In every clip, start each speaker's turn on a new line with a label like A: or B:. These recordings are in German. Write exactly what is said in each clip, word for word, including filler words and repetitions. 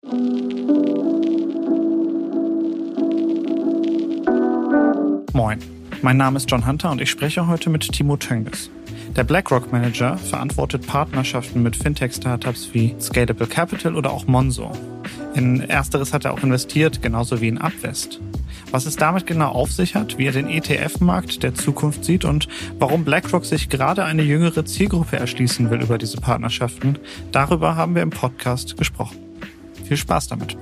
A: Moin, mein Name ist John Hunter und ich spreche heute mit Timo Tönges. Der BlackRock-Manager verantwortet Partnerschaften mit Fintech-Startups wie Scalable Capital oder auch Monzo. In ersteres hat er auch investiert, genauso wie in Upvest. Was es damit genau auf sich hat, wie er den E T F-Markt der Zukunft sieht und warum BlackRock sich gerade eine jüngere Zielgruppe erschließen will über diese Partnerschaften, darüber haben wir im Podcast gesprochen. Viel Spaß damit.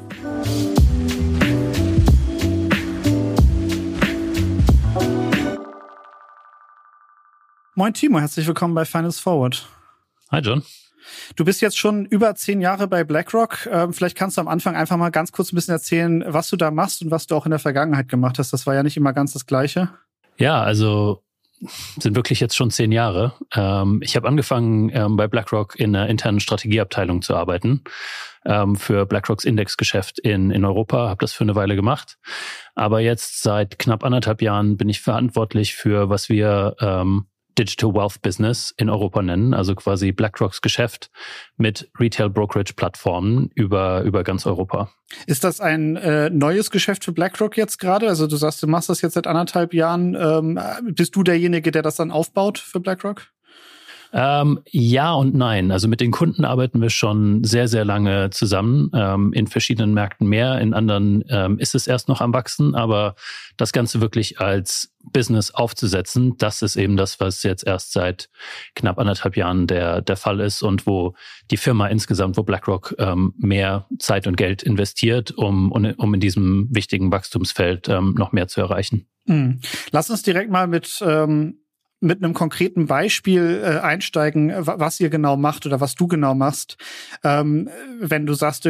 A: Moin Timo, herzlich willkommen bei Finance Forward.
B: Hi John.
A: Du bist jetzt schon über zehn Jahre bei BlackRock. Ähm, vielleicht kannst du am Anfang einfach mal ganz kurz ein bisschen erzählen, was du da machst und was du auch in der Vergangenheit gemacht hast. Das war ja nicht immer ganz das Gleiche.
B: Ja, also sind wirklich jetzt schon zehn Jahre. Ähm, ich habe angefangen, ähm, bei BlackRock in einer internen Strategieabteilung zu arbeiten, ähm, für BlackRocks Indexgeschäft in, in Europa, habe das für eine Weile gemacht. Aber jetzt seit knapp anderthalb Jahren bin ich verantwortlich für, was wir ähm, Digital Wealth Business in Europa nennen, also quasi BlackRocks Geschäft mit Retail Brokerage Plattformen über über ganz Europa.
A: Ist das ein äh, neues Geschäft für BlackRock jetzt gerade? Also du sagst, du machst das jetzt seit anderthalb Jahren. Ähm, bist du derjenige, der das dann aufbaut für BlackRock?
B: Ähm, ja und nein. Also mit den Kunden arbeiten wir schon sehr, sehr lange zusammen, ähm, in verschiedenen Märkten mehr, in anderen ähm, ist es erst noch am Wachsen, aber das Ganze wirklich als Business aufzusetzen, das ist eben das, was jetzt erst seit knapp anderthalb Jahren der der Fall ist und wo die Firma insgesamt, wo BlackRock ähm, mehr Zeit und Geld investiert, um, um in diesem wichtigen Wachstumsfeld ähm, noch mehr zu erreichen.
A: Mhm. Lass uns direkt mal mit ähm mit einem konkreten Beispiel äh, einsteigen, was ihr genau macht oder was du genau machst. Ähm, wenn du sagst,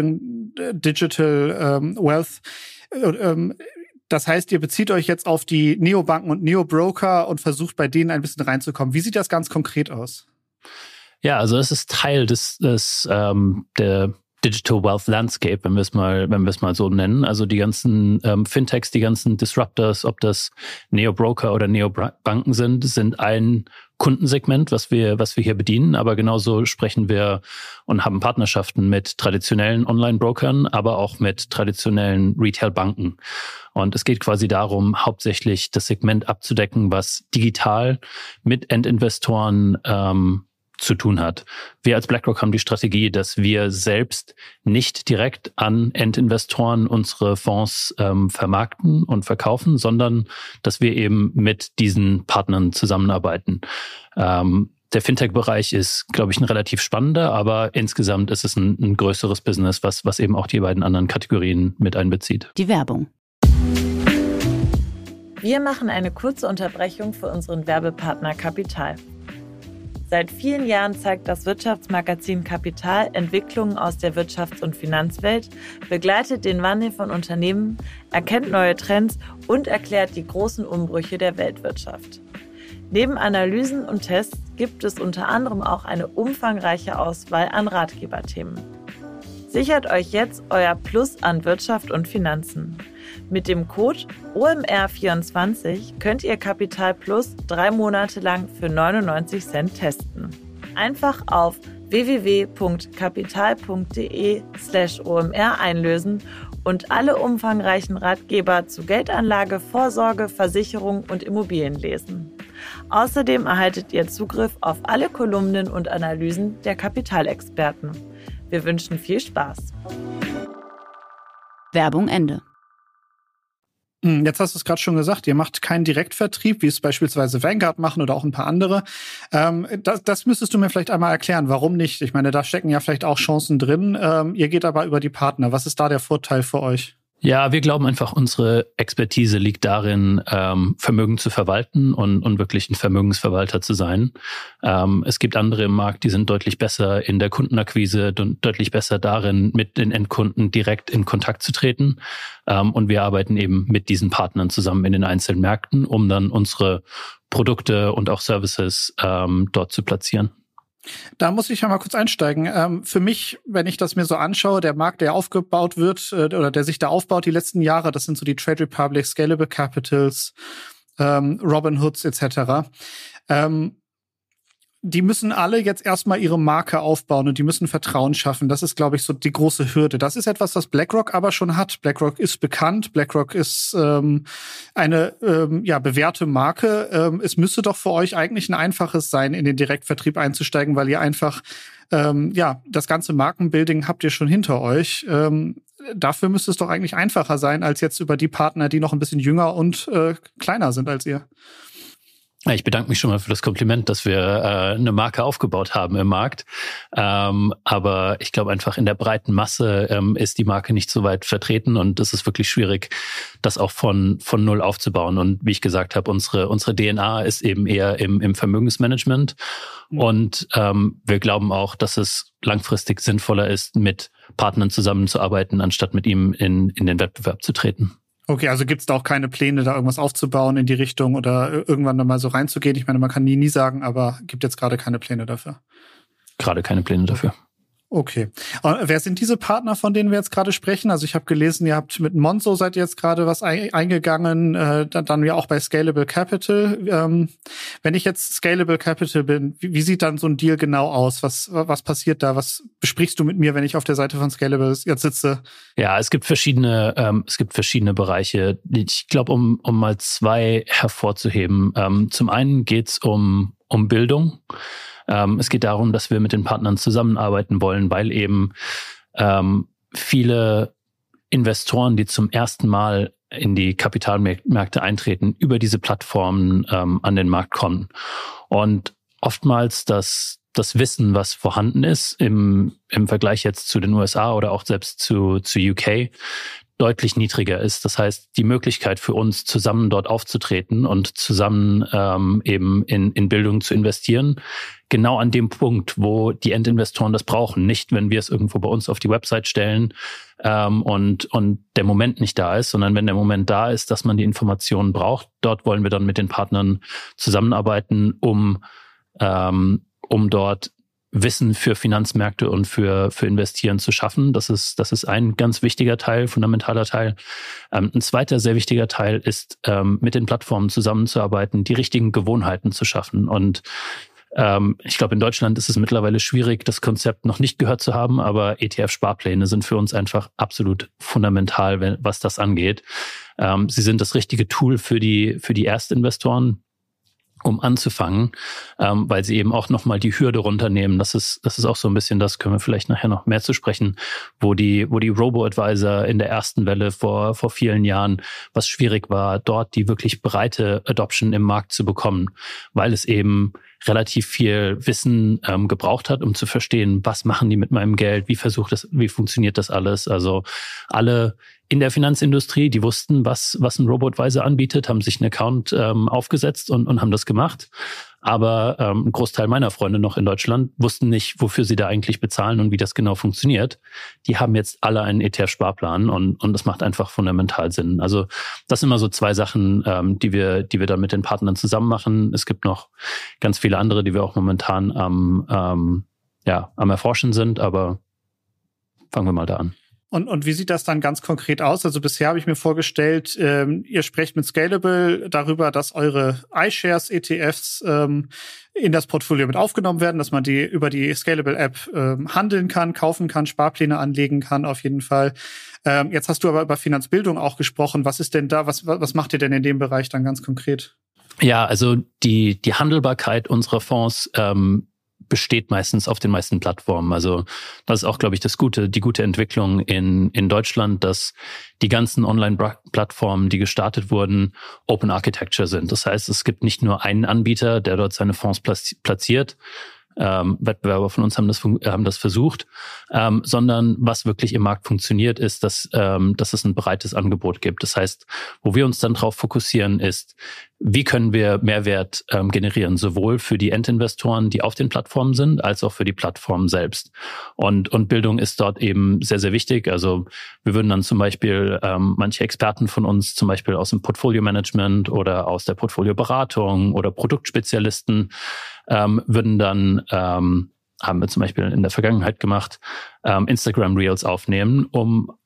A: Digital ähm, Wealth, äh, ähm, das heißt, ihr bezieht euch jetzt auf die Neobanken und Neobroker und versucht bei denen ein bisschen reinzukommen. Wie sieht das ganz konkret aus?
B: Ja, also es ist Teil des, des ähm, der Digital Wealth Landscape, wenn wir es mal, wenn wir es mal so nennen. Also die ganzen ähm, Fintechs, die ganzen Disruptors, ob das Neo-Broker oder Neobanken sind, sind ein Kundensegment, was wir, was wir hier bedienen. Aber genauso sprechen wir und haben Partnerschaften mit traditionellen Online-Brokern, aber auch mit traditionellen Retail-Banken. Und es geht quasi darum, hauptsächlich das Segment abzudecken, was digital mit Endinvestoren ähm, zu tun hat. Wir als BlackRock haben die Strategie, dass wir selbst nicht direkt an Endinvestoren unsere Fonds ähm, vermarkten und verkaufen, sondern dass wir eben mit diesen Partnern zusammenarbeiten. Ähm, der Fintech-Bereich ist, glaube ich, ein relativ spannender, aber insgesamt ist es ein, ein größeres Business, was, was eben auch die beiden anderen Kategorien mit einbezieht.
C: Die Werbung.
D: Wir machen eine kurze Unterbrechung für unseren Werbepartner Kapital. Seit vielen Jahren zeigt das Wirtschaftsmagazin Kapital Entwicklungen aus der Wirtschafts- und Finanzwelt, begleitet den Wandel von Unternehmen, erkennt neue Trends und erklärt die großen Umbrüche der Weltwirtschaft. Neben Analysen und Tests gibt es unter anderem auch eine umfangreiche Auswahl an Ratgeberthemen. Sichert euch jetzt euer Plus an Wirtschaft und Finanzen. Mit dem Code O M R vierundzwanzig könnt ihr Kapital Plus drei Monate lang für neunundneunzig Cent testen. Einfach auf w w w punkt kapital punkt d e slash o m r einlösen und alle umfangreichen Ratgeber zu Geldanlage, Vorsorge, Versicherung und Immobilien lesen. Außerdem erhaltet ihr Zugriff auf alle Kolumnen und Analysen der Kapitalexperten. Wir wünschen viel Spaß.
C: Werbung Ende.
A: Jetzt hast du es gerade schon gesagt, ihr macht keinen Direktvertrieb, wie es beispielsweise Vanguard machen oder auch ein paar andere. Ähm, das, das müsstest du mir vielleicht einmal erklären, warum nicht? Ich meine, da stecken ja vielleicht auch Chancen drin. Ähm, ihr geht aber über die Partner. Was ist da der Vorteil für euch?
B: Ja, wir glauben einfach, unsere Expertise liegt darin, ähm, Vermögen zu verwalten und, und wirklich ein Vermögensverwalter zu sein. Ähm, es gibt andere im Markt, die sind deutlich besser in der Kundenakquise und deutlich besser darin, mit den Endkunden direkt in Kontakt zu treten. Ähm, und wir arbeiten eben mit diesen Partnern zusammen in den einzelnen Märkten, um dann unsere Produkte und auch Services ähm, dort zu platzieren.
A: Da muss ich ja mal kurz einsteigen. Ähm, für mich, wenn ich das mir so anschaue, der Markt, der aufgebaut wird äh, oder der sich da aufbaut die letzten Jahre, das sind so die Trade Republic, Scalable Capitals, ähm, Robinhoods et cetera. Ähm, die müssen alle jetzt erstmal ihre Marke aufbauen und die müssen Vertrauen schaffen. Das ist, glaube ich, so die große Hürde. Das ist etwas, was BlackRock aber schon hat. BlackRock ist bekannt. BlackRock ist ähm, eine ähm, ja bewährte Marke. Ähm, es müsste doch für euch eigentlich ein einfaches sein, in den Direktvertrieb einzusteigen, weil ihr einfach ähm, ja das ganze Markenbuilding habt ihr schon hinter euch. Ähm, dafür müsste es doch eigentlich einfacher sein, als jetzt über die Partner, die noch ein bisschen jünger und äh, kleiner sind als ihr.
B: Ich bedanke mich schon mal für das Kompliment, dass wir äh, eine Marke aufgebaut haben im Markt. Ähm, aber ich glaube einfach in der breiten Masse ähm, ist die Marke nicht so weit vertreten und es ist wirklich schwierig, das auch von von null aufzubauen. Und wie ich gesagt habe, unsere unsere D N A ist eben eher im im Vermögensmanagement. Mhm. Und ähm, wir glauben auch, dass es langfristig sinnvoller ist, mit Partnern zusammenzuarbeiten, anstatt mit ihm in in den Wettbewerb zu treten.
A: Okay, also gibt's da auch keine Pläne, da irgendwas aufzubauen in die Richtung oder irgendwann dann mal so reinzugehen? Ich meine, man kann nie, nie sagen, aber gibt jetzt gerade keine Pläne dafür?
B: Gerade keine Pläne dafür.
A: Okay. Und wer sind diese Partner, von denen wir jetzt gerade sprechen? Also ich habe gelesen, ihr habt mit Monzo seid ihr jetzt gerade was ein, eingegangen, äh, dann, dann ja auch bei Scalable Capital. Ähm, wenn ich jetzt Scalable Capital bin, wie, wie sieht dann so ein Deal genau aus? Was was passiert da? Was besprichst du mit mir, wenn ich auf der Seite von Scalable jetzt sitze?
B: Ja, es gibt verschiedene ähm, es gibt verschiedene Bereiche. Ich glaube, um um mal zwei hervorzuheben. Ähm, zum einen geht's um um Bildung. Ähm, es geht darum, dass wir mit den Partnern zusammenarbeiten wollen, weil eben ähm, viele Investoren, die zum ersten Mal in die Kapitalmärkte eintreten, über diese Plattformen ähm, an den Markt kommen. Und oftmals das das Wissen, was vorhanden ist im im Vergleich jetzt zu den U S A oder auch selbst zu zu U K, deutlich niedriger ist. Das heißt, die Möglichkeit für uns, zusammen dort aufzutreten und zusammen ähm, eben in, in Bildung zu investieren, genau an dem Punkt, wo die Endinvestoren das brauchen. Nicht, wenn wir es irgendwo bei uns auf die Website stellen ähm, und, und der Moment nicht da ist, sondern wenn der Moment da ist, dass man die Informationen braucht. Dort wollen wir dann mit den Partnern zusammenarbeiten, um, ähm, um dort Wissen für Finanzmärkte und für für Investieren zu schaffen. Das ist das ist ein ganz wichtiger Teil, fundamentaler Teil. Ähm, ein zweiter sehr wichtiger Teil ist, ähm, mit den Plattformen zusammenzuarbeiten, die richtigen Gewohnheiten zu schaffen. Und ähm, ich glaube, in Deutschland ist es mittlerweile schwierig, das Konzept noch nicht gehört zu haben, aber E T F-Sparpläne sind für uns einfach absolut fundamental, wenn, was das angeht. Ähm, sie sind das richtige Tool für die für die Erstinvestoren, um anzufangen, ähm, weil sie eben auch nochmal die Hürde runternehmen. Das ist, das ist auch so ein bisschen, das können wir vielleicht nachher noch mehr zu sprechen, wo die, wo die Robo-Advisor in der ersten Welle vor, vor vielen Jahren, was schwierig war, dort die wirklich breite Adoption im Markt zu bekommen, weil es eben relativ viel Wissen ähm, gebraucht hat, um zu verstehen, was machen die mit meinem Geld, wie versucht das, wie funktioniert das alles. Also alle in der Finanzindustrie, die wussten, was was ein Robo-Advisor anbietet, haben sich einen Account ähm, aufgesetzt und, und haben das gemacht. Aber ähm, ein Großteil meiner Freunde noch in Deutschland wussten nicht, wofür sie da eigentlich bezahlen und wie das genau funktioniert. Die haben jetzt alle einen E T F-Sparplan und und das macht einfach fundamental Sinn. Also das sind immer so zwei Sachen, ähm, die wir die wir dann mit den Partnern zusammen machen. Es gibt noch ganz viele andere, die wir auch momentan am ähm, ja am Erforschen sind, aber fangen wir mal da an.
A: Und, und wie sieht das dann ganz konkret aus? Also bisher habe ich mir vorgestellt, ähm, ihr sprecht mit Scalable darüber, dass eure iShares E T Fs ähm, in das Portfolio mit aufgenommen werden, dass man die über die Scalable-App ähm, handeln kann, kaufen kann, Sparpläne anlegen kann, auf jeden Fall. Ähm, jetzt hast du aber über Finanzbildung auch gesprochen. Was ist denn da, was, was macht ihr denn in dem Bereich dann ganz konkret?
B: Ja, also die, die Handelbarkeit unserer Fonds ähm, besteht meistens auf den meisten Plattformen. Also das ist auch, glaube ich, das gute, die gute Entwicklung in in Deutschland, dass die ganzen Online-Plattformen, die gestartet wurden, Open Architecture sind. Das heißt, es gibt nicht nur einen Anbieter, der dort seine Fonds platziert. Ähm, Wettbewerber von uns haben das haben das versucht, ähm, sondern was wirklich im Markt funktioniert, ist, dass ähm, dass es ein breites Angebot gibt. Das heißt, wo wir uns dann drauf fokussieren, ist, wie können wir Mehrwert ähm, generieren, sowohl für die Endinvestoren, die auf den Plattformen sind, als auch für die Plattformen selbst. Und und Bildung ist dort eben sehr, sehr wichtig. Also wir würden dann zum Beispiel ähm, manche Experten von uns, zum Beispiel aus dem Portfolio-Management oder aus der Portfolio-Beratung oder Produktspezialisten, ähm, würden dann, ähm, haben wir zum Beispiel in der Vergangenheit gemacht, ähm, Instagram Reels aufnehmen, um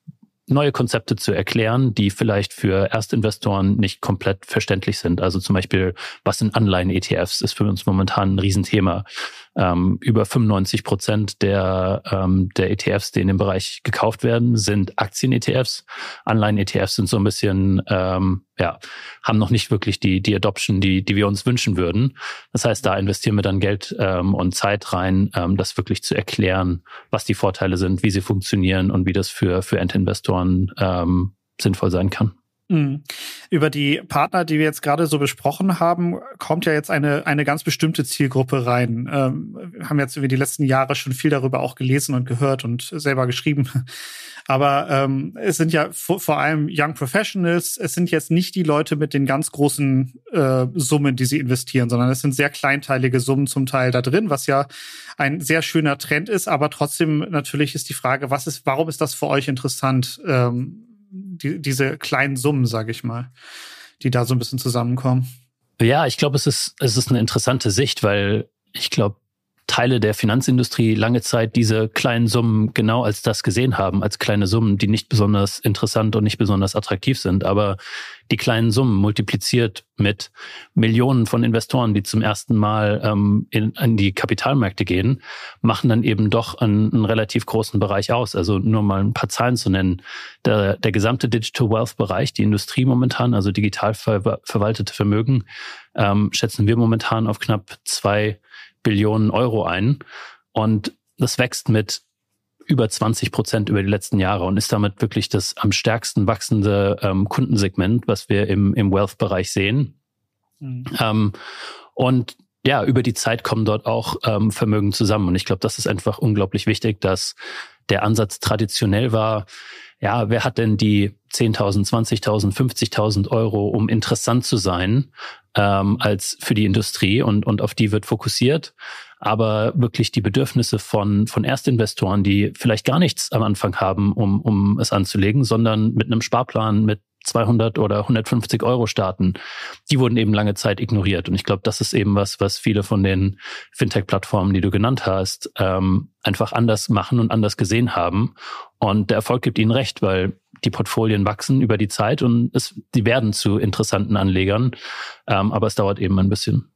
B: neue Konzepte zu erklären, die vielleicht für Erstinvestoren nicht komplett verständlich sind. Also zum Beispiel, was sind Anleihen-E T Fs, ist für uns momentan ein Riesenthema. Ähm, über fünfundneunzig Prozent der, ähm, der E T Fs, die in dem Bereich gekauft werden, sind Aktien-E T Fs. Anleihen-E T Fs sind so ein bisschen, ähm, ja, haben noch nicht wirklich die, die Adoption, die, die wir uns wünschen würden. Das heißt, da investieren wir dann Geld ähm, und Zeit rein, ähm, das wirklich zu erklären, was die Vorteile sind, wie sie funktionieren und wie das für, für Endinvestoren ähm, sinnvoll sein kann.
A: Mhm. Über die Partner, die wir jetzt gerade so besprochen haben, kommt ja jetzt eine eine ganz bestimmte Zielgruppe rein. Ähm, wir haben jetzt über die letzten Jahre schon viel darüber auch gelesen und gehört und selber geschrieben. Aber ähm, es sind ja vor, vor allem Young Professionals. Es sind jetzt nicht die Leute mit den ganz großen äh, Summen, die sie investieren, sondern es sind sehr kleinteilige Summen zum Teil da drin, was ja ein sehr schöner Trend ist. Aber trotzdem natürlich ist die Frage, was ist, warum ist das für euch interessant? Ähm, Die, diese kleinen Summen, sage ich mal, die da so ein bisschen zusammenkommen.
B: Ja, ich glaube, es ist, es ist eine interessante Sicht, weil ich glaube, Teile der Finanzindustrie lange Zeit diese kleinen Summen genau als das gesehen haben, als kleine Summen, die nicht besonders interessant und nicht besonders attraktiv sind. Aber die kleinen Summen multipliziert mit Millionen von Investoren, die zum ersten Mal ähm, in, in die Kapitalmärkte gehen, machen dann eben doch einen, einen relativ großen Bereich aus. Also nur mal ein paar Zahlen zu nennen. Der, der gesamte Digital Wealth Bereich, die Industrie momentan, also digital ver- verwaltete Vermögen, ähm, schätzen wir momentan auf knapp zwei Billionen Euro ein. Und das wächst mit über zwanzig Prozent über die letzten Jahre und ist damit wirklich das am stärksten wachsende ähm, Kundensegment, was wir im, im Wealth-Bereich sehen. Mhm. Ähm, und ja, über die Zeit kommen dort auch ähm, Vermögen zusammen. Und ich glaube, das ist einfach unglaublich wichtig, dass der Ansatz traditionell war, ja, wer hat denn die zehntausend, zwanzigtausend, fünfzigtausend Euro, um interessant zu sein, ähm, als für die Industrie und, und auf die wird fokussiert. Aber wirklich die Bedürfnisse von, von Erstinvestoren, die vielleicht gar nichts am Anfang haben, um, um es anzulegen, sondern mit einem Sparplan mit zweihundert oder hundertfünfzig Euro starten, die wurden eben lange Zeit ignoriert. Und ich glaube, das ist eben was, was viele von den Fintech-Plattformen, die du genannt hast, ähm, einfach anders machen und anders gesehen haben. Und der Erfolg gibt ihnen recht, weil die Portfolien wachsen über die Zeit und es, die werden zu interessanten Anlegern. Ähm, aber es dauert eben ein bisschen.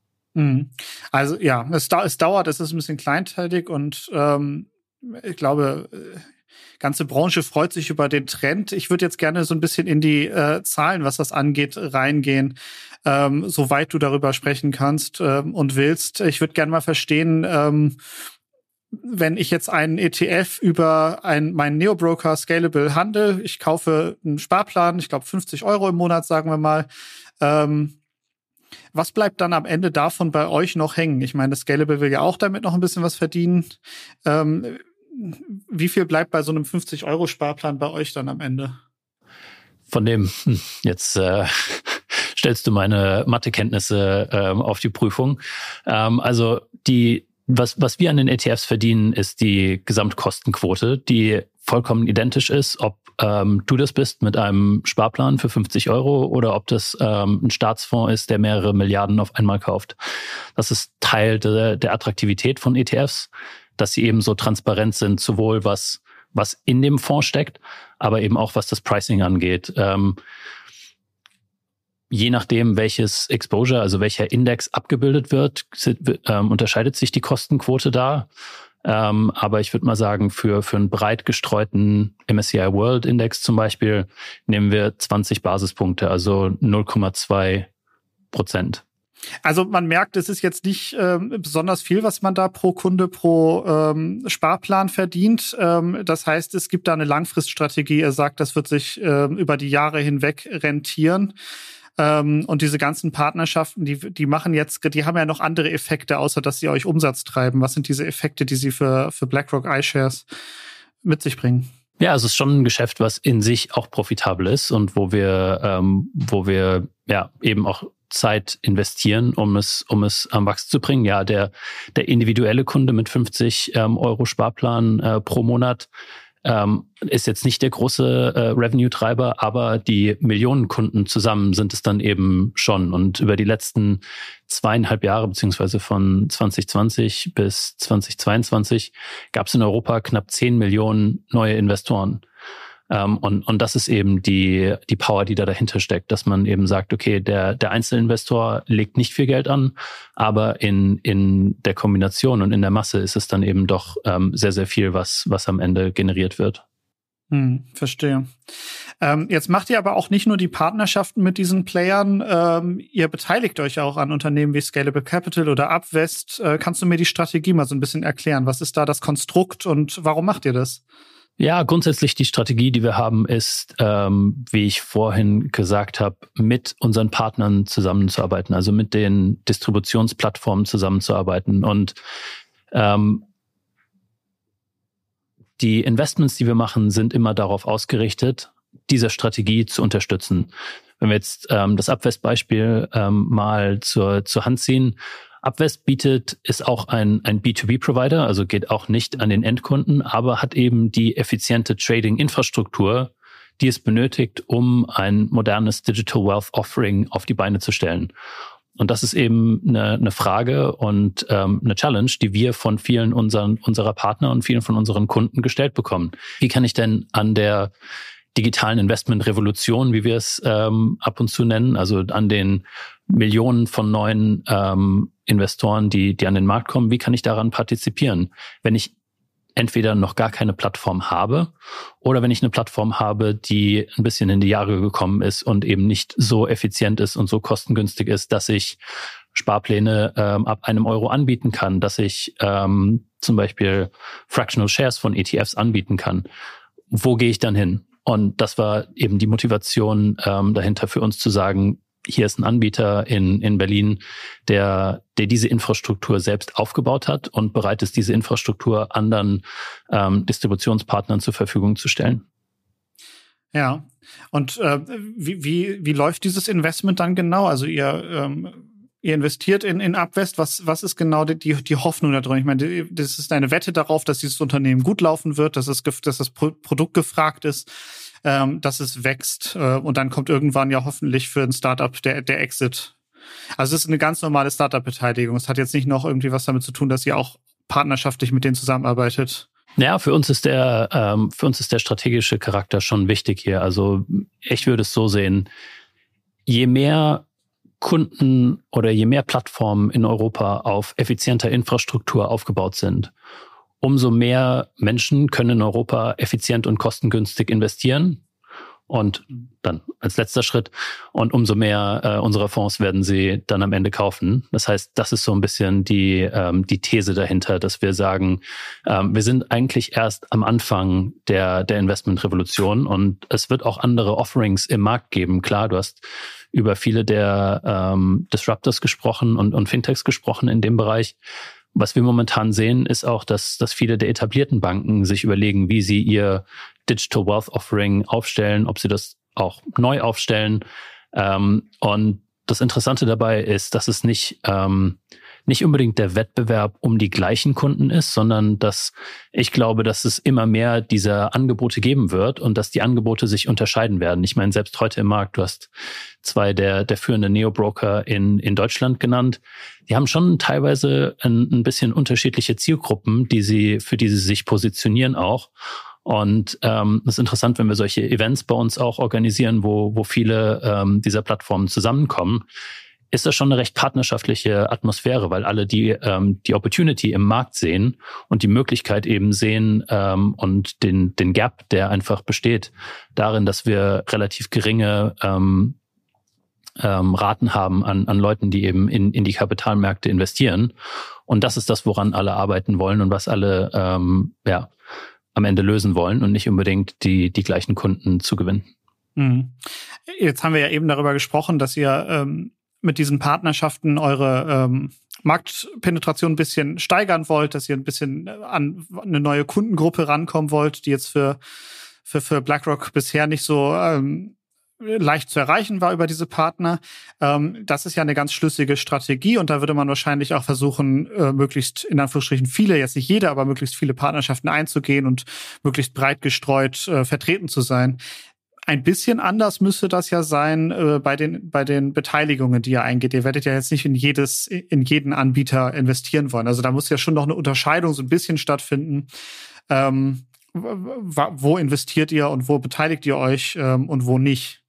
A: Also ja, es, es dauert, es ist ein bisschen kleinteilig und ähm, ich glaube, ganze Branche freut sich über den Trend. Ich würde jetzt gerne so ein bisschen in die äh, Zahlen, was das angeht, reingehen, ähm, soweit du darüber sprechen kannst ähm, und willst. Ich würde gerne mal verstehen, ähm, wenn ich jetzt einen E T F über ein, meinen Neo-Broker Scalable handle, ich kaufe einen Sparplan, ich glaube fünfzig Euro im Monat, sagen wir mal, ähm, was bleibt dann am Ende davon bei euch noch hängen? Ich meine, das Scalable will ja auch damit noch ein bisschen was verdienen. Ähm, wie viel bleibt bei so einem fünfzig Euro Sparplan bei euch dann am Ende?
B: Von dem, jetzt äh, stellst du meine Mathekenntnisse ähm, auf die Prüfung. Ähm, also die Was, was wir an den E T Fs verdienen, ist die Gesamtkostenquote, die vollkommen identisch ist, ob ähm, du das bist mit einem Sparplan für fünfzig Euro oder ob das ähm, ein Staatsfonds ist, der mehrere Milliarden auf einmal kauft. Das ist Teil de, der Attraktivität von E T Fs, dass sie eben so transparent sind, sowohl was, was in dem Fonds steckt, aber eben auch was das Pricing angeht. Ähm, Je nachdem, welches Exposure, also welcher Index abgebildet wird, ähm, unterscheidet sich die Kostenquote da. Ähm, aber ich würde mal sagen, für, für einen breit gestreuten M S C I World Index zum Beispiel nehmen wir zwanzig Basispunkte, also null Komma zwei Prozent.
A: Also man merkt, es ist jetzt nicht ähm, besonders viel, was man da pro Kunde, pro ähm, Sparplan verdient. Ähm, das heißt, es gibt da eine Langfriststrategie. Ihr sagt, das wird sich ähm, über die Jahre hinweg rentieren. Ähm, und diese ganzen Partnerschaften, die die machen jetzt, die haben ja noch andere Effekte, außer dass sie euch Umsatz treiben. Was sind diese Effekte, die sie für für BlackRock iShares mit sich bringen?
B: Ja, also es ist schon ein Geschäft, was in sich auch profitabel ist und wo wir ähm, wo wir ja eben auch Zeit investieren, um es um es am Wachsen zu bringen. Ja, der der individuelle Kunde mit fünfzig ähm, Euro Sparplan äh, pro Monat Ähm, ist jetzt nicht der große äh, Revenue-Treiber, aber die Millionen Kunden zusammen sind es dann eben schon. Und über die letzten zweieinhalb Jahre, beziehungsweise von zwanzig zwanzig bis zwanzig zweiundzwanzig, gab es in Europa knapp zehn Millionen neue Investoren. Ähm, und, und das ist eben die, die Power, die da dahinter steckt, dass man eben sagt, okay, der, der Einzelinvestor legt nicht viel Geld an, aber in, in der Kombination und in der Masse ist es dann eben doch ähm, sehr, sehr viel, was, was am Ende generiert wird.
A: Hm, verstehe. Ähm, jetzt macht ihr aber auch nicht nur die Partnerschaften mit diesen Playern, ähm, ihr beteiligt euch auch an Unternehmen wie Scalable Capital oder Upvest. Äh, kannst du mir die Strategie mal so ein bisschen erklären? Was ist da das Konstrukt und warum macht ihr das?
B: Ja, grundsätzlich die Strategie, die wir haben, ist, ähm, wie ich vorhin gesagt habe, mit unseren Partnern zusammenzuarbeiten, also mit den Distributionsplattformen zusammenzuarbeiten. Und ähm, die Investments, die wir machen, sind immer darauf ausgerichtet, diese Strategie zu unterstützen. Wenn wir jetzt ähm, das Upvest-Beispiel ähm, mal zur, zur Hand ziehen, Upvest bietet, ist auch ein, ein B zwei B-Provider, also geht auch nicht an den Endkunden, aber hat eben die effiziente Trading-Infrastruktur, die es benötigt, um ein modernes Digital Wealth Offering auf die Beine zu stellen. Und das ist eben eine, eine Frage und ähm, eine Challenge, die wir von vielen unseren, unserer Partner und vielen von unseren Kunden gestellt bekommen. Wie kann ich denn an der digitalen Investmentrevolution, wie wir es ähm, ab und zu nennen, also an den Millionen von neuen ähm, Investoren, die, die an den Markt kommen, wie kann ich daran partizipieren? Wenn ich entweder noch gar keine Plattform habe oder wenn ich eine Plattform habe, die ein bisschen in die Jahre gekommen ist und eben nicht so effizient ist und so kostengünstig ist, dass ich Sparpläne ähm, ab einem Euro anbieten kann, dass ich ähm, zum Beispiel Fractional Shares von E T Fs anbieten kann. Wo gehe ich dann hin? Und das war eben die Motivation ähm, dahinter für uns zu sagen, hier ist ein Anbieter in, in Berlin, der, der diese Infrastruktur selbst aufgebaut hat und bereit ist, diese Infrastruktur anderen ähm, Distributionspartnern zur Verfügung zu stellen.
A: Ja, und äh, wie, wie, wie läuft dieses Investment dann genau? Also ihr, ähm, ihr investiert in, in Upvest. Was, was ist genau die, die, die Hoffnung da drin? Ich meine, das ist eine Wette darauf, dass dieses Unternehmen gut laufen wird, dass, es, dass das Produkt gefragt ist, ähm, dass es wächst. Äh, und dann kommt irgendwann ja hoffentlich für ein Startup der, der Exit. Also es ist eine ganz normale Startup-Beteiligung. Es hat jetzt nicht noch irgendwie was damit zu tun, dass ihr auch partnerschaftlich mit denen zusammenarbeitet.
B: Ja, für uns ist der, ähm, für uns ist der strategische Charakter schon wichtig hier. Also ich würde es so sehen, je mehr Kunden oder je mehr Plattformen in Europa auf effizienter Infrastruktur aufgebaut sind, umso mehr Menschen können in Europa effizient und kostengünstig investieren. Und dann als letzter Schritt, und umso mehr äh, unserer Fonds werden sie dann am Ende kaufen. Das heißt, das ist so ein bisschen die, ähm, die These dahinter, dass wir sagen, ähm, wir sind eigentlich erst am Anfang der, der Investmentrevolution und es wird auch andere Offerings im Markt geben. Klar, du hast über viele der ähm, Disruptors gesprochen und, und Fintechs gesprochen in dem Bereich. Was wir momentan sehen, ist auch, dass, dass viele der etablierten Banken sich überlegen, wie sie ihr Digital Wealth Offering aufstellen, ob sie das auch neu aufstellen. Ähm, und das Interessante dabei ist, dass es nicht, ähm, nicht unbedingt der Wettbewerb um die gleichen Kunden ist, sondern dass ich glaube, dass es immer mehr dieser Angebote geben wird und dass die Angebote sich unterscheiden werden. Ich meine, selbst heute im Markt, du hast zwei der, der führenden Neo-Broker in, in Deutschland genannt. Die haben schon teilweise ein, ein bisschen unterschiedliche Zielgruppen, die sie, für die sie sich positionieren auch. Und ähm, es ist interessant, wenn wir solche Events bei uns auch organisieren, wo, wo viele ähm, dieser Plattformen zusammenkommen, ist das schon eine recht partnerschaftliche Atmosphäre, weil alle die ähm, die Opportunity im Markt sehen und die Möglichkeit eben sehen ähm, und den den Gap, der einfach besteht, darin, dass wir relativ geringe ähm, ähm, Raten haben an an Leuten, die eben in in die Kapitalmärkte investieren. Und das ist das, woran alle arbeiten wollen und was alle ähm, ja am Ende lösen wollen und nicht unbedingt die die gleichen Kunden zu gewinnen.
A: Mhm. Jetzt haben wir ja eben darüber gesprochen, dass ihr ähm mit diesen Partnerschaften eure ähm, Marktpenetration ein bisschen steigern wollt, dass ihr ein bisschen an eine neue Kundengruppe rankommen wollt, die jetzt für für für BlackRock bisher nicht so ähm, leicht zu erreichen war über diese Partner. Ähm, das ist ja eine ganz schlüssige Strategie und da würde man wahrscheinlich auch versuchen, äh, möglichst in Anführungsstrichen viele, jetzt nicht jeder, aber möglichst viele Partnerschaften einzugehen und möglichst breit gestreut äh, vertreten zu sein. Ein bisschen anders müsste das ja sein äh, bei den bei den Beteiligungen, die ihr eingeht. Ihr werdet ja jetzt nicht in jedes in jeden Anbieter investieren wollen. Also da muss ja schon noch eine Unterscheidung so ein bisschen stattfinden. Ähm, wo investiert ihr und wo beteiligt ihr euch ähm, und wo nicht?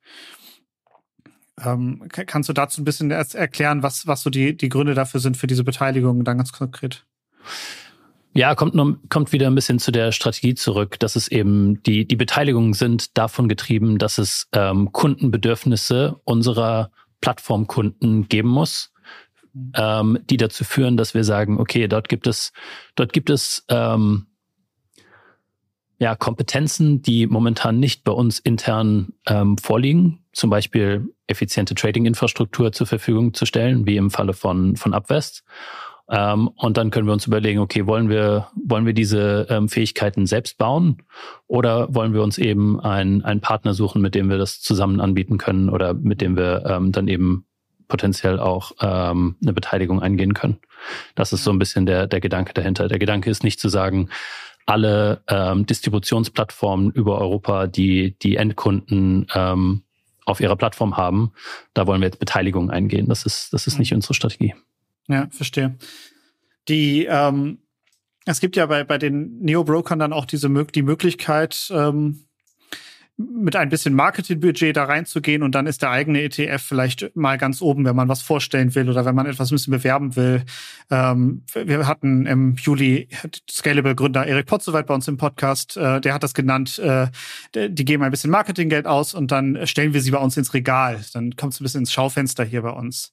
A: Ähm, kannst du dazu ein bisschen erklären, was, was so die, die Gründe dafür sind für diese Beteiligung dann ganz konkret?
B: Ja, kommt noch, kommt wieder ein bisschen zu der Strategie zurück, dass es eben die, die Beteiligungen sind davon getrieben, dass es ähm, Kundenbedürfnisse unserer Plattformkunden geben muss, ähm, die dazu führen, dass wir sagen, okay, dort gibt es, dort gibt es ähm, ja Kompetenzen, die momentan nicht bei uns intern ähm, vorliegen, zum Beispiel effiziente Trading-Infrastruktur zur Verfügung zu stellen, wie im Falle von von Upvest. Ähm, und dann können wir uns überlegen, okay, wollen wir wollen wir diese ähm, Fähigkeiten selbst bauen oder wollen wir uns eben einen einen Partner suchen, mit dem wir das zusammen anbieten können oder mit dem wir ähm, dann eben potenziell auch ähm, eine Beteiligung eingehen können. Das ist so ein bisschen der der Gedanke dahinter. Der Gedanke ist nicht zu sagen, alle ähm, Distributionsplattformen über Europa, die die Endkunden ähm, auf ihrer Plattform haben, da wollen wir jetzt Beteiligung eingehen. Das ist das ist nicht unsere Strategie.
A: Ja, verstehe. Die, ähm, es gibt ja bei, bei den Neo-Brokern dann auch diese die Möglichkeit, ähm, mit ein bisschen Marketingbudget da reinzugehen und dann ist der eigene E T F vielleicht mal ganz oben, wenn man was vorstellen will oder wenn man etwas ein bisschen bewerben will. Ähm, wir hatten im Juli Scalable-Gründer Erik Potzowait bei uns im Podcast, äh, der hat das genannt, äh, die geben ein bisschen Marketinggeld aus und dann stellen wir sie bei uns ins Regal. Dann kommt es ein bisschen ins Schaufenster hier bei uns.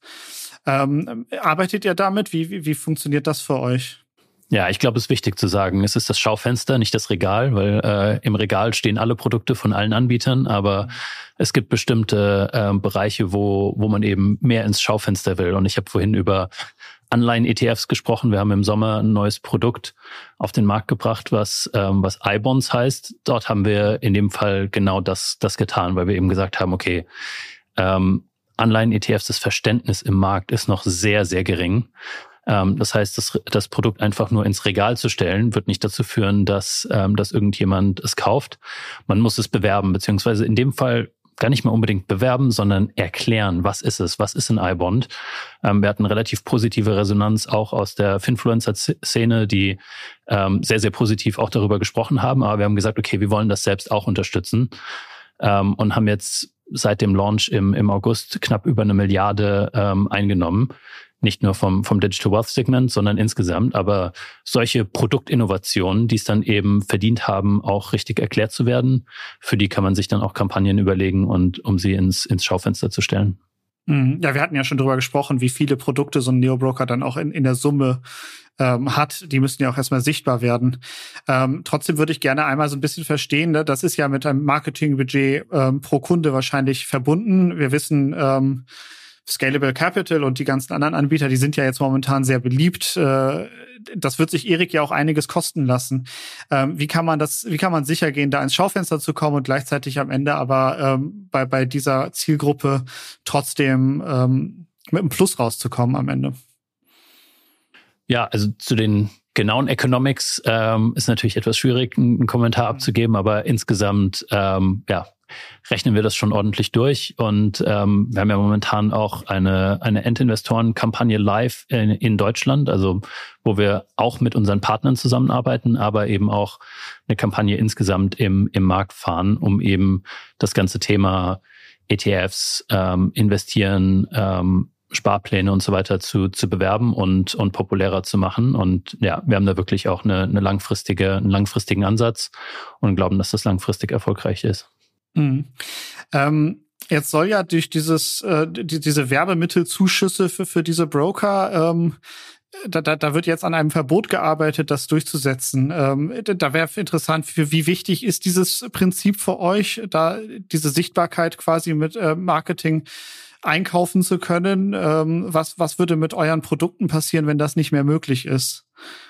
A: Ähm, arbeitet ihr damit? Wie, wie, wie funktioniert das für euch?
B: Ja, ich glaube, es ist wichtig zu sagen, es ist das Schaufenster, nicht das Regal, weil äh, im Regal stehen alle Produkte von allen Anbietern, aber es gibt bestimmte äh, Bereiche, wo wo man eben mehr ins Schaufenster will. Und ich habe vorhin über Anleihen-E T Fs gesprochen. Wir haben im Sommer ein neues Produkt auf den Markt gebracht, was ähm, was iBonds heißt. Dort haben wir in dem Fall genau das das getan, weil wir eben gesagt haben, okay, ähm, Anleihen-E T Fs, das Verständnis im Markt ist noch sehr, sehr gering. Ähm, das heißt, das, das Produkt einfach nur ins Regal zu stellen, wird nicht dazu führen, dass, ähm, dass irgendjemand es kauft. Man muss es bewerben, beziehungsweise in dem Fall gar nicht mal unbedingt bewerben, sondern erklären, was ist es, was ist ein iBond. Ähm, wir hatten relativ positive Resonanz auch aus der Finfluencer-Szene, die ähm, sehr, sehr positiv auch darüber gesprochen haben. Aber wir haben gesagt, okay, wir wollen das selbst auch unterstützen ähm, und haben jetzt seit dem Launch im, im August knapp über eine Milliarde ähm, eingenommen. Nicht nur vom, vom Digital Wealth Segment, sondern insgesamt. Aber solche Produktinnovationen, die es dann eben verdient haben, auch richtig erklärt zu werden, für die kann man sich dann auch Kampagnen überlegen und um sie ins, ins Schaufenster zu stellen.
A: Ja, wir hatten ja schon drüber gesprochen, wie viele Produkte so ein Neo-Broker dann auch in, in der Summe ähm, hat. Die müssen ja auch erstmal sichtbar werden. Ähm, trotzdem würde ich gerne einmal so ein bisschen verstehen, ne? Das ist ja mit einem Marketingbudget ähm, pro Kunde wahrscheinlich verbunden. Wir wissen, ähm, Scalable Capital und die ganzen anderen Anbieter, die sind ja jetzt momentan sehr beliebt. Das wird sich Erik ja auch einiges kosten lassen. Wie kann man das, wie kann man sicher gehen, da ins Schaufenster zu kommen und gleichzeitig am Ende aber ähm, bei, bei dieser Zielgruppe trotzdem ähm, mit einem Plus rauszukommen am Ende?
B: Ja, also zu den genauen Economics ähm, ist natürlich etwas schwierig, einen Kommentar abzugeben, aber insgesamt, ähm, ja, rechnen wir das schon ordentlich durch und ähm, wir haben ja momentan auch eine eine Endinvestoren-Kampagne live in, in Deutschland, also wo wir auch mit unseren Partnern zusammenarbeiten, aber eben auch eine Kampagne insgesamt im im Markt fahren, um eben das ganze Thema E T Fs, ähm, investieren, ähm, Sparpläne und so weiter zu zu bewerben und und populärer zu machen. Und ja, wir haben da wirklich auch eine eine langfristige einen langfristigen Ansatz und glauben, dass das langfristig erfolgreich ist.
A: Mhm. Ähm, jetzt soll ja durch dieses äh, die, diese Werbemittelzuschüsse für für diese Broker ähm, da, da, da wird jetzt an einem Verbot gearbeitet, das durchzusetzen. Ähm, da wäre interessant, für wie wichtig ist dieses Prinzip für euch, da diese Sichtbarkeit quasi mit äh, Marketing einkaufen zu können? Ähm, was was würde mit euren Produkten passieren, wenn das nicht mehr möglich ist?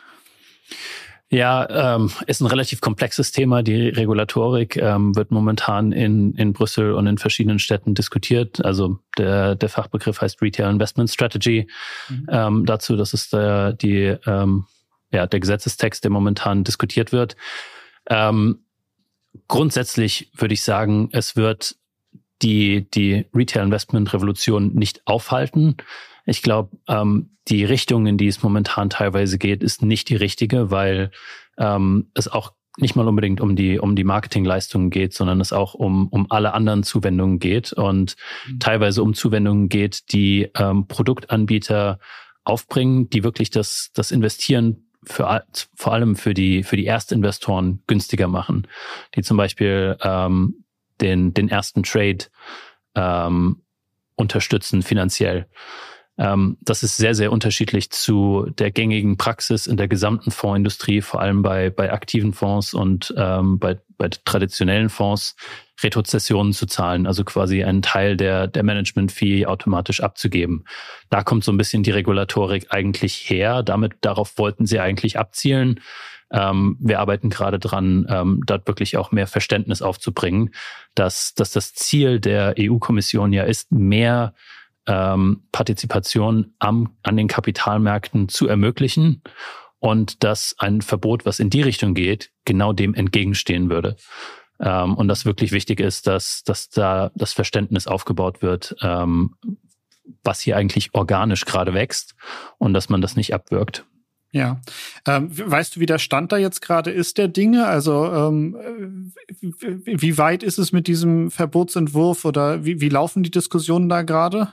B: Ja, ähm, ist ein relativ komplexes Thema. Die Regulatorik ähm, wird momentan in in Brüssel und in verschiedenen Städten diskutiert. Also der der Fachbegriff heißt Retail Investment Strategy. Mhm. Ähm, dazu, das ist der die ähm, ja der Gesetzestext, der momentan diskutiert wird. Ähm, grundsätzlich würde ich sagen, es wird die die Retail Investment Revolution nicht aufhalten. Ich glaube, ähm, die Richtung, in die es momentan teilweise geht, ist nicht die richtige, weil ähm, es auch nicht mal unbedingt um die um die Marketingleistungen geht, sondern es auch um um alle anderen Zuwendungen geht und mhm. teilweise um Zuwendungen geht, die ähm, Produktanbieter aufbringen, die wirklich das das Investieren für vor allem für die für die Erstinvestoren günstiger machen, die zum Beispiel ähm, den den ersten Trade ähm, unterstützen finanziell. Ähm, das ist sehr, sehr unterschiedlich zu der gängigen Praxis in der gesamten Fondsindustrie, vor allem bei, bei aktiven Fonds und ähm, bei, bei traditionellen Fonds, Retrozessionen zu zahlen, also quasi einen Teil der, der Management-Fee automatisch abzugeben. Da kommt so ein bisschen die Regulatorik eigentlich her. Damit, darauf wollten sie eigentlich abzielen. Ähm, wir arbeiten gerade dran, ähm, dort wirklich auch mehr Verständnis aufzubringen, dass, dass das Ziel der E U-Kommission ja ist, mehr ähm, Partizipation am, an den Kapitalmärkten zu ermöglichen und dass ein Verbot, was in die Richtung geht, genau dem entgegenstehen würde. Ähm, und das wirklich wichtig ist, dass, dass da das Verständnis aufgebaut wird, ähm, was hier eigentlich organisch gerade wächst und dass man das nicht abwirkt.
A: Ja. Ähm, weißt du, wie der Stand da jetzt gerade ist der Dinge? Also ähm, wie, wie weit ist es mit diesem Verbotsentwurf oder wie, wie laufen die Diskussionen da gerade?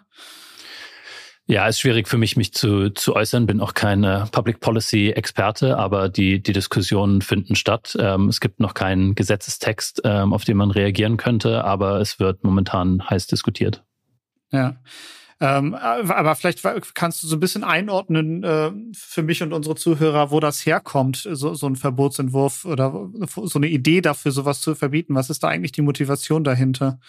B: Ja, ist schwierig für mich, mich zu, zu äußern. Bin auch kein äh, Public Policy Experte, aber die, die Diskussionen finden statt. Ähm, es gibt noch keinen Gesetzestext, ähm, auf den man reagieren könnte, aber es wird momentan heiß diskutiert.
A: Ja. Ähm, aber vielleicht kannst du so ein bisschen einordnen äh, für mich und unsere Zuhörer, wo das herkommt, so, so ein Verbotsentwurf oder so eine Idee dafür, sowas zu verbieten. Was ist da eigentlich die Motivation dahinter?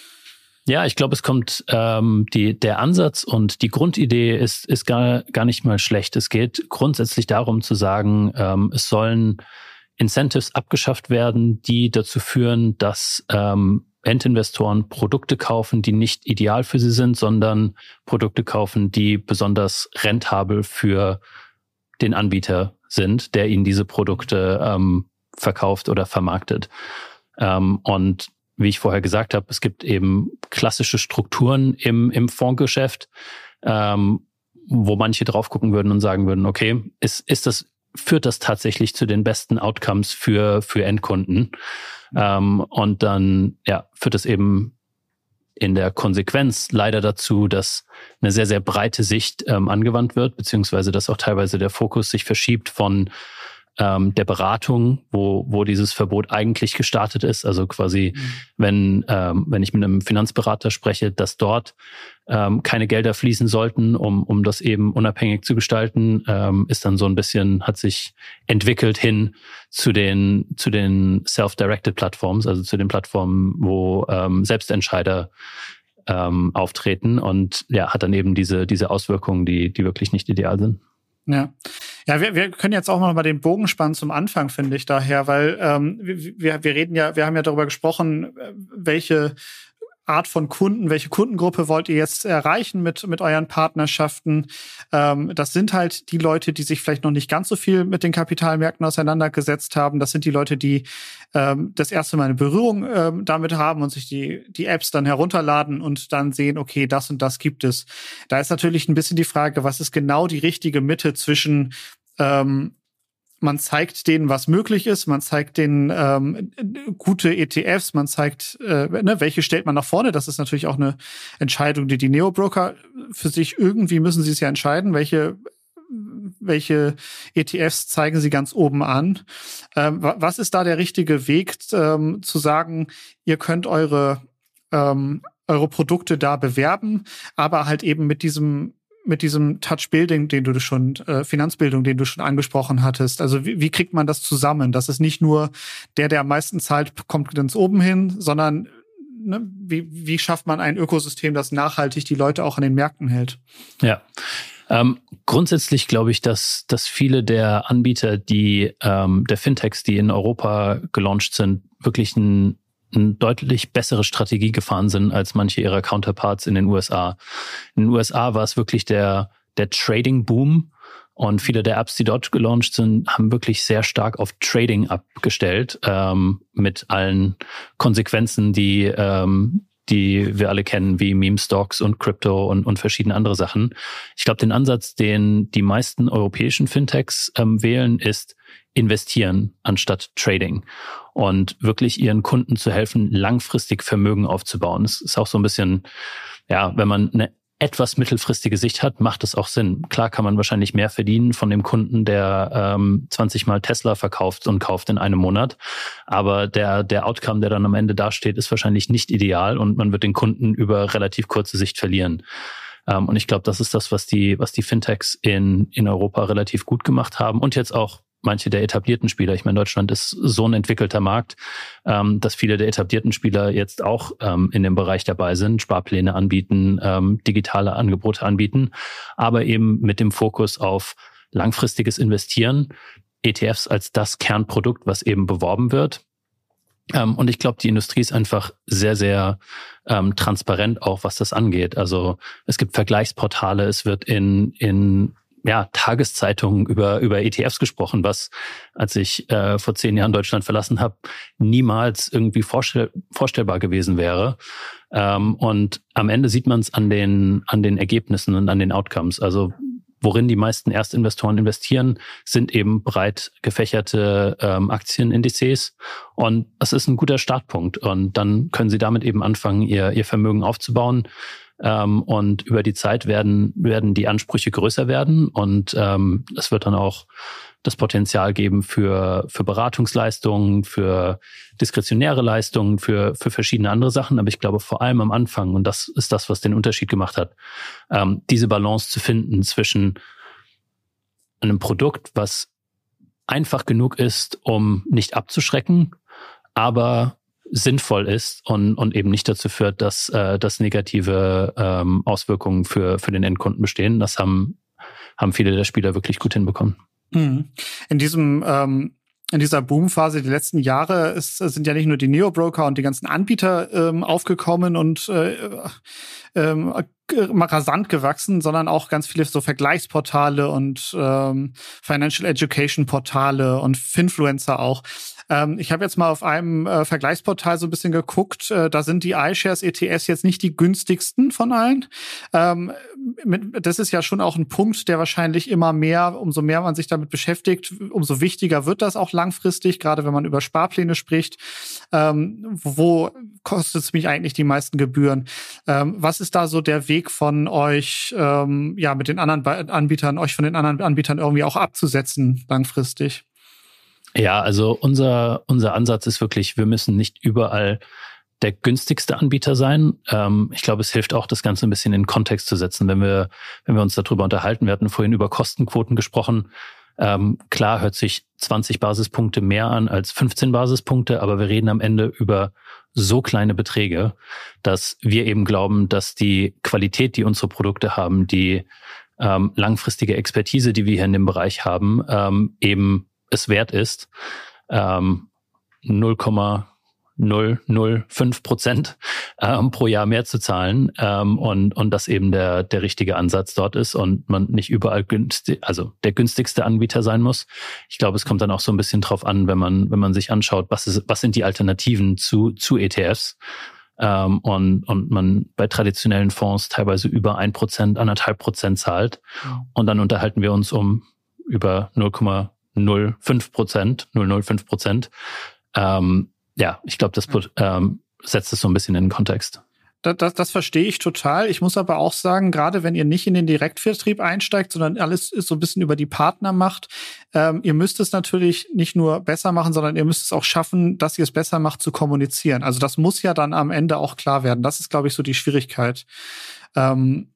B: Ja, ich glaube, es kommt ähm, die der Ansatz und die Grundidee ist ist gar gar nicht mal schlecht. Es geht grundsätzlich darum zu sagen, ähm, es sollen Incentives abgeschafft werden, die dazu führen, dass ähm, Endinvestoren Produkte kaufen, die nicht ideal für sie sind, sondern Produkte kaufen, die besonders rentabel für den Anbieter sind, der ihnen diese Produkte ähm, verkauft oder vermarktet. Ähm, und wie ich vorher gesagt habe, es gibt eben klassische Strukturen im, im Fondsgeschäft, ähm, wo manche drauf gucken würden und sagen würden, okay, ist, ist das, führt das tatsächlich zu den besten Outcomes für, für Endkunden? Ähm, und dann, ja, führt es eben in der Konsequenz leider dazu, dass eine sehr, sehr breite Sicht ähm, angewandt wird, beziehungsweise dass auch teilweise der Fokus sich verschiebt von ähm, der Beratung, wo wo dieses Verbot eigentlich gestartet ist. Also quasi, mhm. wenn ähm, wenn ich mit einem Finanzberater spreche, dass dort ähm, keine Gelder fließen sollten, um um das eben unabhängig zu gestalten, ähm, ist dann so ein bisschen, hat sich entwickelt hin zu den zu den self-directed Plattforms, also zu den Plattformen, wo ähm, Selbstentscheider ähm, auftreten und ja, hat dann eben diese diese Auswirkungen, die die wirklich nicht ideal sind.
A: Ja, ja, wir, wir können jetzt auch noch mal den Bogen spannen zum Anfang, finde ich daher, weil ähm, wir, wir reden ja, wir haben ja darüber gesprochen, welche Art von Kunden, welche Kundengruppe wollt ihr jetzt erreichen mit mit euren Partnerschaften? Ähm, das sind halt die Leute, die sich vielleicht noch nicht ganz so viel mit den Kapitalmärkten auseinandergesetzt haben. Das sind die Leute, die ähm, das erste Mal eine Berührung ähm, damit haben und sich die die Apps dann herunterladen und dann sehen, okay, das und das gibt es. Da ist natürlich ein bisschen die Frage, was ist genau die richtige Mitte zwischen ähm, man zeigt denen, was möglich ist, man zeigt denen ähm, gute E T Fs, man zeigt, äh, ne, welche stellt man nach vorne. Das ist natürlich auch eine Entscheidung, die die Neo-Broker für sich irgendwie müssen sie es ja entscheiden, welche welche E T Fs zeigen sie ganz oben an. Ähm, was ist da der richtige Weg, ähm, zu sagen, ihr könnt eure ähm, eure Produkte da bewerben, aber halt eben mit diesem mit diesem Touch-Building, den du schon, äh, Finanzbildung, den du schon angesprochen hattest. Also wie, wie kriegt man das zusammen? Das ist nicht nur der, der am meisten zahlt, kommt ganz oben hin, sondern ne, wie, wie schafft man ein Ökosystem, das nachhaltig die Leute auch an den Märkten hält?
B: Ja, ähm, grundsätzlich glaube ich, dass, dass viele der Anbieter, die ähm, der Fintechs, die in Europa gelauncht sind, wirklich ein eine deutlich bessere Strategie gefahren sind als manche ihrer Counterparts in den U S A. In den U S A war es wirklich der der Trading-Boom und viele der Apps, die dort gelauncht sind, haben wirklich sehr stark auf Trading abgestellt, ähm, mit allen Konsequenzen, die ähm, die wir alle kennen, wie Meme-Stocks und Crypto und, und verschiedene andere Sachen. Ich glaube, den Ansatz, den die meisten europäischen Fintechs ähm, wählen, ist investieren anstatt Trading und wirklich ihren Kunden zu helfen, langfristig Vermögen aufzubauen. Es ist auch so ein bisschen, ja, wenn man eine etwas mittelfristige Sicht hat, macht es auch Sinn. Klar kann man wahrscheinlich mehr verdienen von dem Kunden, der ähm, zwanzig Mal Tesla verkauft und kauft in einem Monat. Aber der der Outcome, der dann am Ende dasteht, ist wahrscheinlich nicht ideal und man wird den Kunden über relativ kurze Sicht verlieren. Ähm, und ich glaube, das ist das, was die was die Fintechs in in Europa relativ gut gemacht haben und jetzt auch manche der etablierten Spieler. Ich meine, Deutschland ist so ein entwickelter Markt, ähm, dass viele der etablierten Spieler jetzt auch ähm, in dem Bereich dabei sind, Sparpläne anbieten, ähm, digitale Angebote anbieten, aber eben mit dem Fokus auf langfristiges Investieren, E T Fs als das Kernprodukt, was eben beworben wird. Ähm, und ich glaube, die Industrie ist einfach sehr, sehr ähm, transparent auch, was das angeht. Also es gibt Vergleichsportale, es wird in in ja, Tageszeitungen über über E T Fs gesprochen, was, als ich äh, vor zehn Jahren Deutschland verlassen habe, niemals irgendwie vorstell, vorstellbar gewesen wäre. Ähm, und am Ende sieht man es an den an den Ergebnissen und an den Outcomes. Also worin die meisten Erstinvestoren investieren, sind eben breit gefächerte ähm, Aktienindizes. Und das ist ein guter Startpunkt. Und dann können sie damit eben anfangen, ihr ihr Vermögen aufzubauen. Ähm, und über die Zeit werden werden die Ansprüche größer werden und ähm, es wird dann auch das Potenzial geben für für Beratungsleistungen, für diskretionäre Leistungen, für für verschiedene andere Sachen. Aber ich glaube vor allem am Anfang, und das ist das, was den Unterschied gemacht hat, ähm, diese Balance zu finden zwischen einem Produkt, was einfach genug ist, um nicht abzuschrecken, aber sinnvoll ist und und eben nicht dazu führt, dass äh, dass negative ähm, Auswirkungen für für den Endkunden bestehen. Das haben haben viele der Spieler wirklich gut hinbekommen.
A: In diesem ähm, in dieser Boomphase die letzten Jahre ist, sind ja nicht nur die Neo-Broker und die ganzen Anbieter ähm, aufgekommen und äh, ähm, rasant gewachsen, sondern auch ganz viele so Vergleichsportale und ähm, Financial Education Portale und Finfluencer auch. Ähm, ich habe jetzt mal auf einem äh, Vergleichsportal so ein bisschen geguckt. Äh, da sind die iShares E T Fs jetzt nicht die günstigsten von allen. Ähm, mit, das ist ja schon auch ein Punkt, der wahrscheinlich immer mehr, umso mehr man sich damit beschäftigt, umso wichtiger wird das auch langfristig, gerade wenn man über Sparpläne spricht. Ähm, wo kostet es mich eigentlich die meisten Gebühren? Ähm, was ist da so der Weg von euch, ähm, ja, mit den anderen Anbietern, euch von den anderen Anbietern irgendwie auch abzusetzen langfristig?
B: Ja, also unser unser Ansatz ist wirklich, wir müssen nicht überall der günstigste Anbieter sein. Ähm, ich glaube, es hilft auch, das Ganze ein bisschen in Kontext zu setzen, wenn wir wenn wir uns darüber unterhalten. Wir hatten vorhin über Kostenquoten gesprochen. Ähm, klar hört sich zwanzig Basispunkte mehr an als fünfzehn Basispunkte, aber wir reden am Ende über so kleine Beträge, dass wir eben glauben, dass die Qualität, die unsere Produkte haben, die ähm, langfristige Expertise, die wir hier in dem Bereich haben, ähm, eben es wert ist, ähm, null Komma null null fünf Prozent ähm, pro Jahr mehr zu zahlen ähm, und und das eben der der richtige Ansatz dort ist und man nicht überall günstig, also der günstigste Anbieter sein muss. Ich glaube, es kommt dann auch so ein bisschen drauf an, wenn man wenn man sich anschaut, was ist, was sind die Alternativen zu zu E T Fs. Ähm, und und man bei traditionellen Fonds teilweise über ein Prozent, anderthalb Prozent zahlt und dann unterhalten wir uns um über null Komma null fünf Prozent, null Komma null fünf Prozent. Ähm, ja, ich glaube, das ähm, setzt es so ein bisschen in den Kontext.
A: Das, das, das verstehe ich total. Ich muss aber auch sagen, gerade wenn ihr nicht in den Direktvertrieb einsteigt, sondern alles so ein bisschen über die Partner macht, ähm, ihr müsst es natürlich nicht nur besser machen, sondern ihr müsst es auch schaffen, dass ihr es besser macht, zu kommunizieren. Also das muss ja dann am Ende auch klar werden. Das ist, glaube ich, so die Schwierigkeit. Ähm,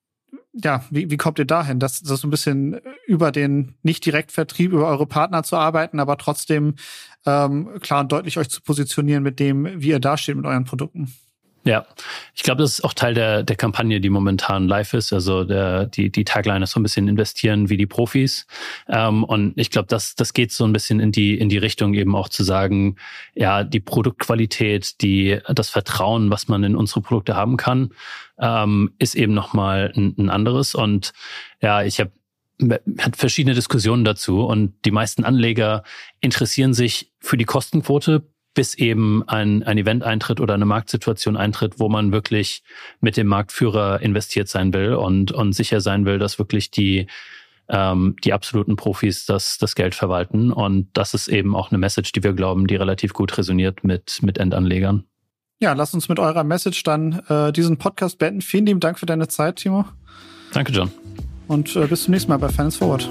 A: Ja, wie, wie kommt ihr dahin, dass das so ein bisschen über den Nicht-Direktvertrieb, über eure Partner zu arbeiten, aber trotzdem ähm, klar und deutlich euch zu positionieren mit dem, wie ihr dasteht mit euren Produkten?
B: Ja, ich glaube, das ist auch Teil der der Kampagne, die momentan live ist. Also der die die Tagline ist so ein bisschen investieren wie die Profis. Ähm, und ich glaube, das das geht so ein bisschen in die in die Richtung eben auch zu sagen, ja, die Produktqualität, die das Vertrauen, was man in unsere Produkte haben kann, ähm, ist eben nochmal ein, ein anderes. Und ja, ich habe hat verschiedene Diskussionen dazu und die meisten Anleger interessieren sich für die Kostenquote, bis eben ein, ein Event eintritt oder eine Marktsituation eintritt, wo man wirklich mit dem Marktführer investiert sein will und, und sicher sein will, dass wirklich die, ähm, die absoluten Profis das, das Geld verwalten. Und das ist eben auch eine Message, die wir glauben, die relativ gut resoniert mit, mit Endanlegern.
A: Ja, lass uns mit eurer Message dann äh, diesen Podcast beenden. Vielen lieben Dank für deine Zeit, Timo.
B: Danke, John.
A: Und äh, bis zum nächsten Mal bei Finance Forward.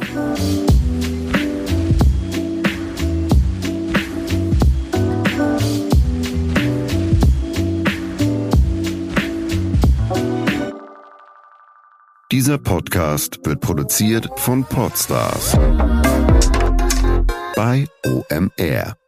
C: Dieser Podcast wird produziert von Podstars bei O M R.